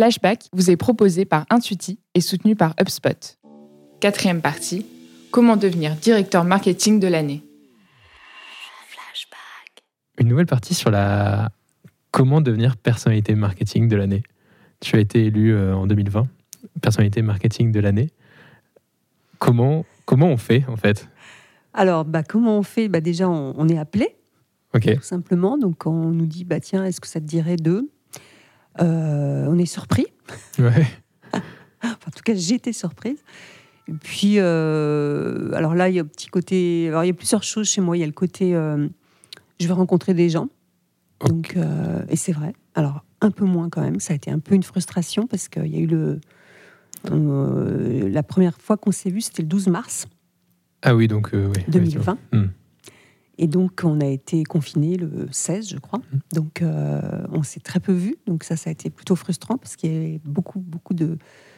Flashback vous est proposé par Intuiti et soutenu par HubSpot. 4e partie, comment devenir directeur marketing de l'année. Flashback. Une nouvelle partie sur comment devenir personnalité marketing de l'année. Tu as été élu en 2020, personnalité marketing de l'année. Comment on fait en fait ? Alors, comment on fait ? Déjà, on est appelé, tout simplement. Donc, on nous dit, tiens, est-ce que ça te dirait de... on est surpris. Ouais. En tout cas, j'étais surprise. Et puis, alors là, il y a un petit côté... Alors, il y a plusieurs choses chez moi. Il y a le côté... je vais rencontrer des gens. Donc, et c'est vrai. Alors, un peu moins quand même. Ça a été un peu une frustration parce qu'il y a eu la première fois qu'on s'est vu, c'était le 12 mars. Ah oui, donc... 2020. Et donc, on a été confinés le 16, je crois. Donc, on s'est très peu vus. Donc, ça a été plutôt frustrant parce qu'il y avait beaucoup de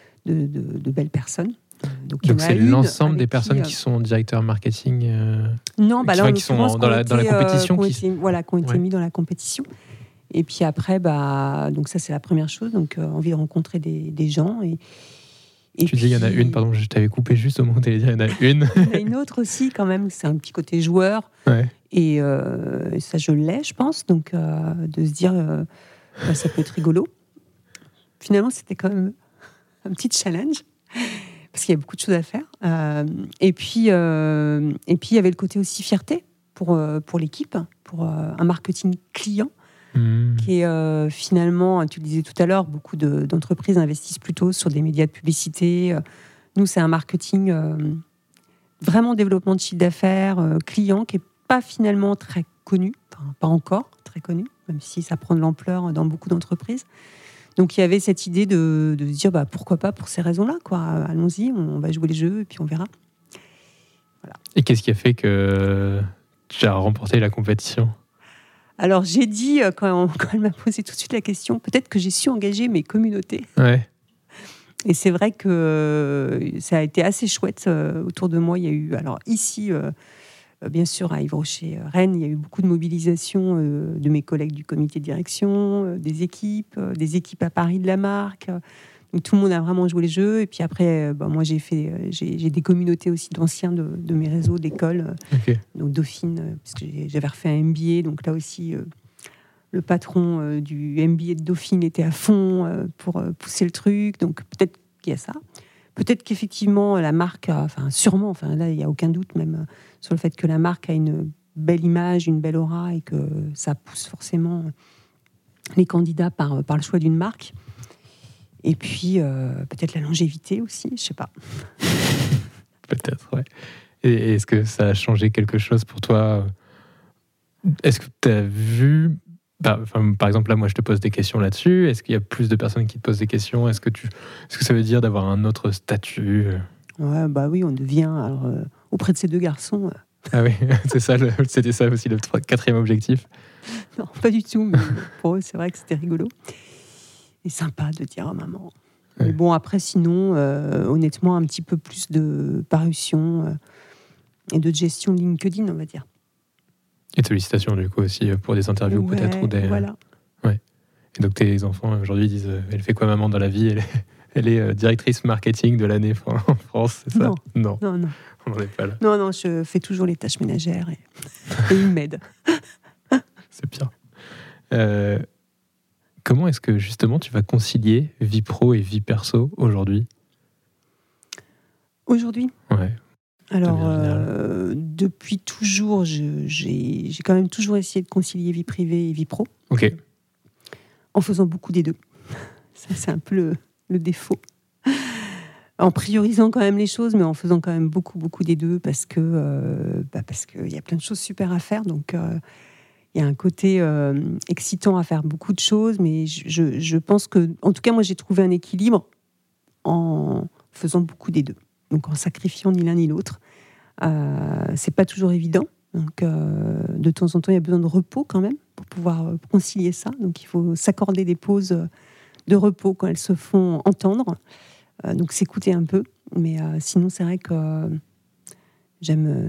belles personnes. Donc c'est l'ensemble des personnes qui sont directeurs marketing Non, là, qui sont dans la compétition qui ont été mis dans la compétition. Et puis après, donc ça, c'est la première chose. Donc, envie de rencontrer des gens. Et tu dis, il y en a une, pardon, je t'avais coupé juste au moment où tu allais dire, il y en a une. Il y en a une autre aussi, quand même. C'est un petit côté joueur. Ouais. Et ça, je l'ai, je pense. Donc, de se dire, ça peut être rigolo. Finalement, c'était quand même un petit challenge. Parce qu'il y a beaucoup de choses à faire. Et puis, il y avait le côté aussi fierté pour l'équipe, pour un marketing client, qui est finalement, tu le disais tout à l'heure, beaucoup d'entreprises investissent plutôt sur des médias de publicité. Nous, c'est un marketing vraiment développement de chiffre d'affaires, client, qui n'est pas finalement très connu, enfin, pas encore très connu, même si ça prend de l'ampleur dans beaucoup d'entreprises. Donc, il y avait cette idée de se dire, pourquoi pas pour ces raisons-là, quoi. Allons-y, on va jouer les jeux et puis on verra. Voilà. Et qu'est-ce qui a fait que tu as remporté la compétition ? Alors, j'ai dit, quand elle m'a posé tout de suite la question, peut-être que j'ai su engager mes communautés. Ouais. Et c'est vrai que ça a été assez chouette. Autour de moi, il y a eu, alors ici... bien sûr, à Yves Rocher, Rennes, il y a eu beaucoup de mobilisation de mes collègues du comité de direction, des équipes à Paris de la marque. Donc, tout le monde a vraiment joué les jeux. Et puis après, moi, j'ai des communautés aussi d'anciens de mes réseaux d'école. Donc, Dauphine, parce que j'avais refait un MBA. Donc là aussi, le patron du MBA de Dauphine était à fond pour pousser le truc. Donc, peut-être qu'il y a ça. Peut-être qu'effectivement, la marque, sûrement, là, il n'y a aucun doute même sur le fait que la marque a une belle image, une belle aura et que ça pousse forcément les candidats par le choix d'une marque. Et puis, peut-être la longévité aussi, je ne sais pas. Peut-être, ouais. Et est-ce que ça a changé quelque chose pour toi ? Est-ce que tu as vu... par exemple, là, moi, je te pose des questions là-dessus. Est-ce qu'il y a plus de personnes qui te posent des questions ? Est-ce que ça veut dire d'avoir un autre statut ? Ouais, oui, on devient... Alors, auprès de ces deux garçons... Ah oui, c'était ça aussi le 4e objectif. Non, pas du tout, mais pour eux, c'est vrai que c'était rigolo. Et sympa de dire à maman. Ouais. Mais bon, après, sinon, honnêtement, un petit peu plus de parution et de gestion de LinkedIn, on va dire. Et de sollicitations, du coup, aussi, pour des interviews, peut-être, ou des... Voilà. Ouais. Et donc, tes enfants, aujourd'hui, disent, elle fait quoi, maman, dans la vie ? Elle est directrice marketing de l'année en France, c'est ça ? Non. On n'en est pas là. Non, je fais toujours les tâches ménagères et ils m'aident. C'est bien. Comment est-ce que, justement, tu vas concilier vie pro et vie perso aujourd'hui ? Aujourd'hui ? Ouais. Alors, depuis toujours, j'ai quand même toujours essayé de concilier vie privée et vie pro. Ok. En faisant beaucoup des deux. Ça, c'est un peu le défaut. En priorisant quand même les choses, mais en faisant quand même beaucoup des deux, parce qu'il y a plein de choses super à faire. Donc, il y a un côté excitant à faire beaucoup de choses, mais je pense que, en tout cas, moi, j'ai trouvé un équilibre en faisant beaucoup des deux. Donc, en sacrifiant ni l'un ni l'autre. C'est pas toujours évident. Donc, de temps en temps, il y a besoin de repos quand même pour pouvoir concilier ça. Donc, il faut s'accorder des pauses de repos quand elles se font entendre. Donc, s'écouter un peu. Mais sinon, c'est vrai que j'aime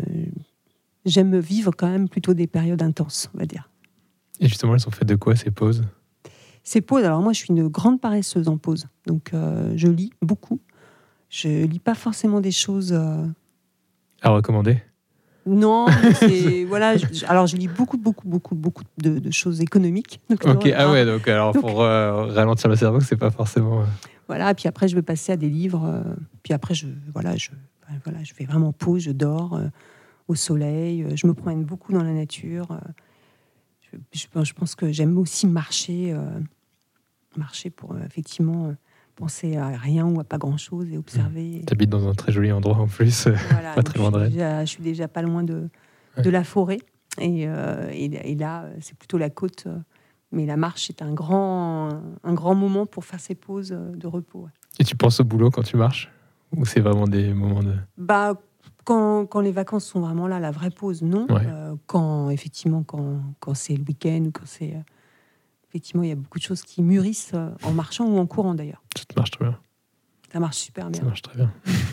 vivre quand même plutôt des périodes intenses, on va dire. Et justement, elles sont faites de quoi, ces pauses ? Ces pauses, alors moi je suis une grande paresseuse en pause, donc je lis beaucoup. Je lis pas forcément des choses. À recommander? Non, voilà. Alors je lis beaucoup de choses économiques. Donc, Ok, donc alors pour ralentir le cerveau, c'est pas forcément. Voilà, puis après je vais passer à des livres. Puis après je fais vraiment pause, je dors au soleil, je me promène beaucoup dans la nature. Je pense que j'aime aussi marcher pour effectivement penser à rien ou à pas grand-chose et observer. T'habites dans un très joli endroit en plus, Voilà, pas très loin de Rennes. je suis déjà pas loin de la forêt. Et là, c'est plutôt la côte. Mais la marche est un grand moment pour faire ses pauses de repos. Ouais. Et tu penses au boulot quand tu marches? Ou c'est vraiment des moments de... Quand les vacances sont vraiment là, la vraie pause, non. Ouais. Quand c'est le week-end ou quand c'est... effectivement, il y a beaucoup de choses qui mûrissent en marchant ou en courant d'ailleurs. Ça marche très bien. Ça marche super bien. Ça marche très bien.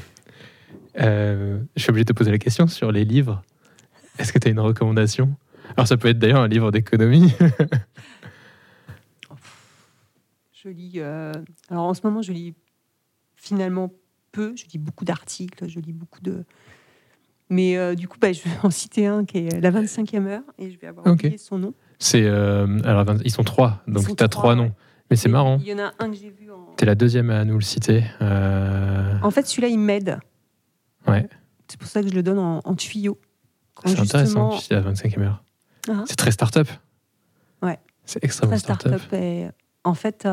Je suis obligé de te poser la question sur les livres. Est-ce que tu as une recommandation? Alors ça peut être d'ailleurs un livre d'économie. Je lis... alors en ce moment, je lis finalement peu. Je lis beaucoup d'articles, je lis beaucoup de... Mais du coup, je vais en citer un qui est La 25e heure et je vais avoir oublié son nom. C'est alors ils sont 3, donc tu as 3 noms. Mais c'est marrant. Il y en a un que j'ai vu en... T'es la deuxième à nous le citer. En fait, celui-là, il m'aide. Ouais. C'est pour ça que je le donne en tuyau. C'est intéressant, tu sais, la 25e heure. Uh-huh. C'est très start-up. Ouais. C'est extrêmement start-up. Et en fait,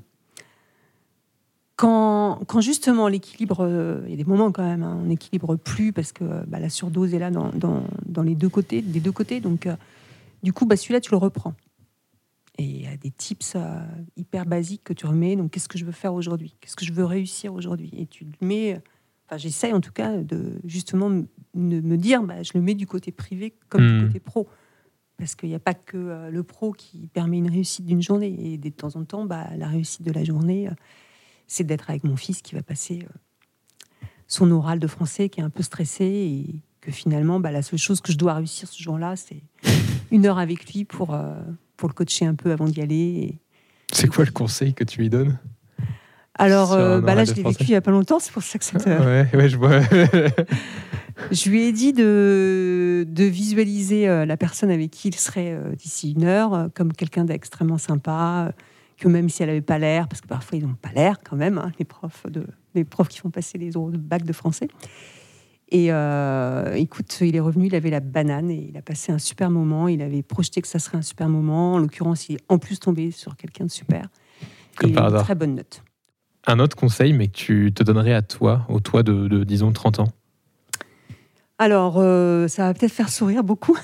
quand justement l'équilibre, il y a des moments quand même, on n'équilibre plus parce que la surdose est là dans les deux côtés, des deux côtés. Donc, du coup, celui-là, tu le reprends. Et il y a des tips hyper basiques que tu remets. Donc, qu'est-ce que je veux faire aujourd'hui? Qu'est-ce que je veux réussir aujourd'hui? Et tu le mets... Enfin, j'essaye en tout cas de justement me dire, je le mets du côté privé comme du côté pro. Parce qu'il n'y a pas que le pro qui permet une réussite d'une journée. Et de temps en temps, la réussite de la journée, c'est d'être avec mon fils qui va passer son oral de français, qui est un peu stressé. Et que finalement, la seule chose que je dois réussir ce jour-là, c'est 1 heure avec lui pour le coacher un peu avant d'y aller. C'est quoi le conseil que tu lui donnes? Alors, là, je l'ai vécu il n'y a pas longtemps, c'est pour ça que c'est... Ouais, je vois. Je lui ai dit de visualiser la personne avec qui il serait d'ici 1 heure comme quelqu'un d'extrêmement sympa, que même si elle n'avait pas l'air, parce que parfois ils n'ont pas l'air quand même, les profs qui font passer les bacs de français. Et écoute, il est revenu, il avait la banane et il a passé un super moment. Il avait projeté que ça serait un super moment. En l'occurrence, il est en plus tombé sur quelqu'un de super. Comme par hasard. Une très bonne note. Un autre conseil, mais que tu te donnerais à toi, au toi de disons 30 ans? Alors, ça va peut-être faire sourire beaucoup,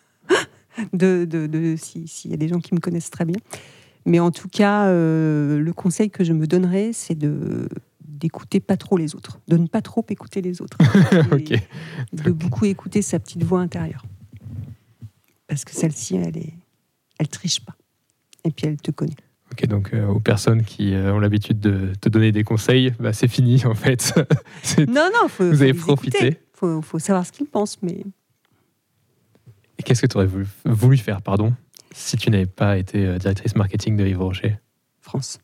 s'il y a des gens qui me connaissent très bien. Mais en tout cas, le conseil que je me donnerais, c'est d'écouter pas trop les autres, de ne pas trop écouter les autres. Okay. De beaucoup écouter sa petite voix intérieure. Parce que celle-ci, elle triche pas. Et puis, elle te connaît. Ok, donc aux personnes qui ont l'habitude de te donner des conseils, c'est fini en fait. Non, vous avez profité. Il faut savoir ce qu'ils pensent, mais... Et qu'est-ce que tu aurais voulu faire, si tu n'avais pas été directrice marketing de Yves Rocher? France.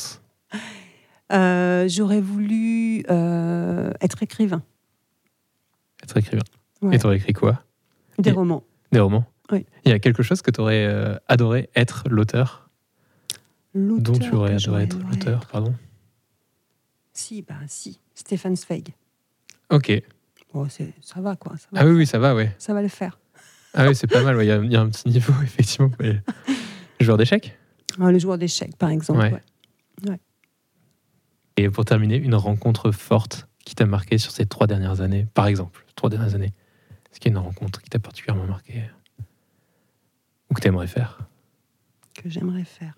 J'aurais voulu être écrivain. Être écrivain. Ouais. Et tu aurais écrit quoi? Des romans. Des romans? Oui. Il y a quelque chose que tu aurais adoré être l'auteur? Dont tu aurais adoré être l'auteur, pardon? Si, Stefan Zweig. Ok. Bon, ça va, quoi. Oui, ça va, ouais. Ça va le faire. Ah oui, c'est pas mal, il y a un petit niveau, effectivement. Le joueur d'échecs? Le joueur d'échecs, par exemple, ouais. Et pour terminer, une rencontre forte qui t'a marqué sur ces 3 dernières années, par exemple, 3 dernières années. Est-ce qu'il y a une rencontre qui t'a particulièrement marqué? Ou que tu aimerais faire? Que j'aimerais faire.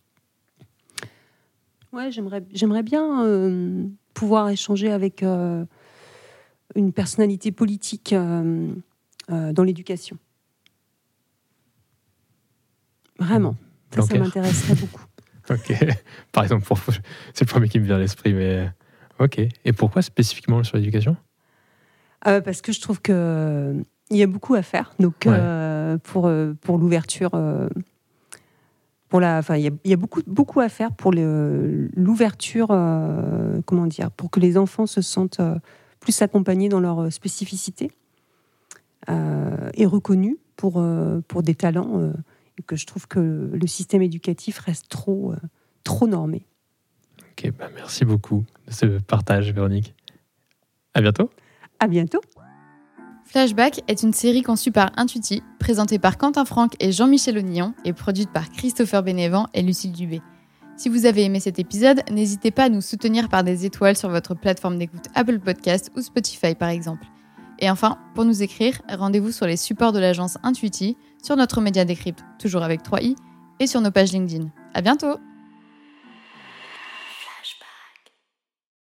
Ouais, j'aimerais bien pouvoir échanger avec une personnalité politique dans l'éducation. Vraiment. Ça m'intéresserait beaucoup. Ok. Par exemple, c'est le premier qui me vient à l'esprit, mais ok. Et pourquoi spécifiquement sur l'éducation? Parce que je trouve qu'il y a beaucoup à faire. Donc, pour l'ouverture il y a beaucoup à faire pour l'ouverture, pour que les enfants se sentent plus accompagnés dans leur spécificité et reconnus pour des talents, et que je trouve que le système éducatif reste trop normé. Ok, merci beaucoup de ce partage, Véronique. À bientôt. À bientôt. Flashback est une série conçue par Intuiti, présentée par Quentin Franck et Jean-Michel Onillon et produite par Christopher Bénévent et Lucille Dubé. Si vous avez aimé cet épisode, n'hésitez pas à nous soutenir par des étoiles sur votre plateforme d'écoute Apple Podcast ou Spotify par exemple. Et enfin, pour nous écrire, rendez-vous sur les supports de l'agence Intuiti, sur notre média Décrypte, toujours avec 3i, et sur nos pages LinkedIn. À bientôt!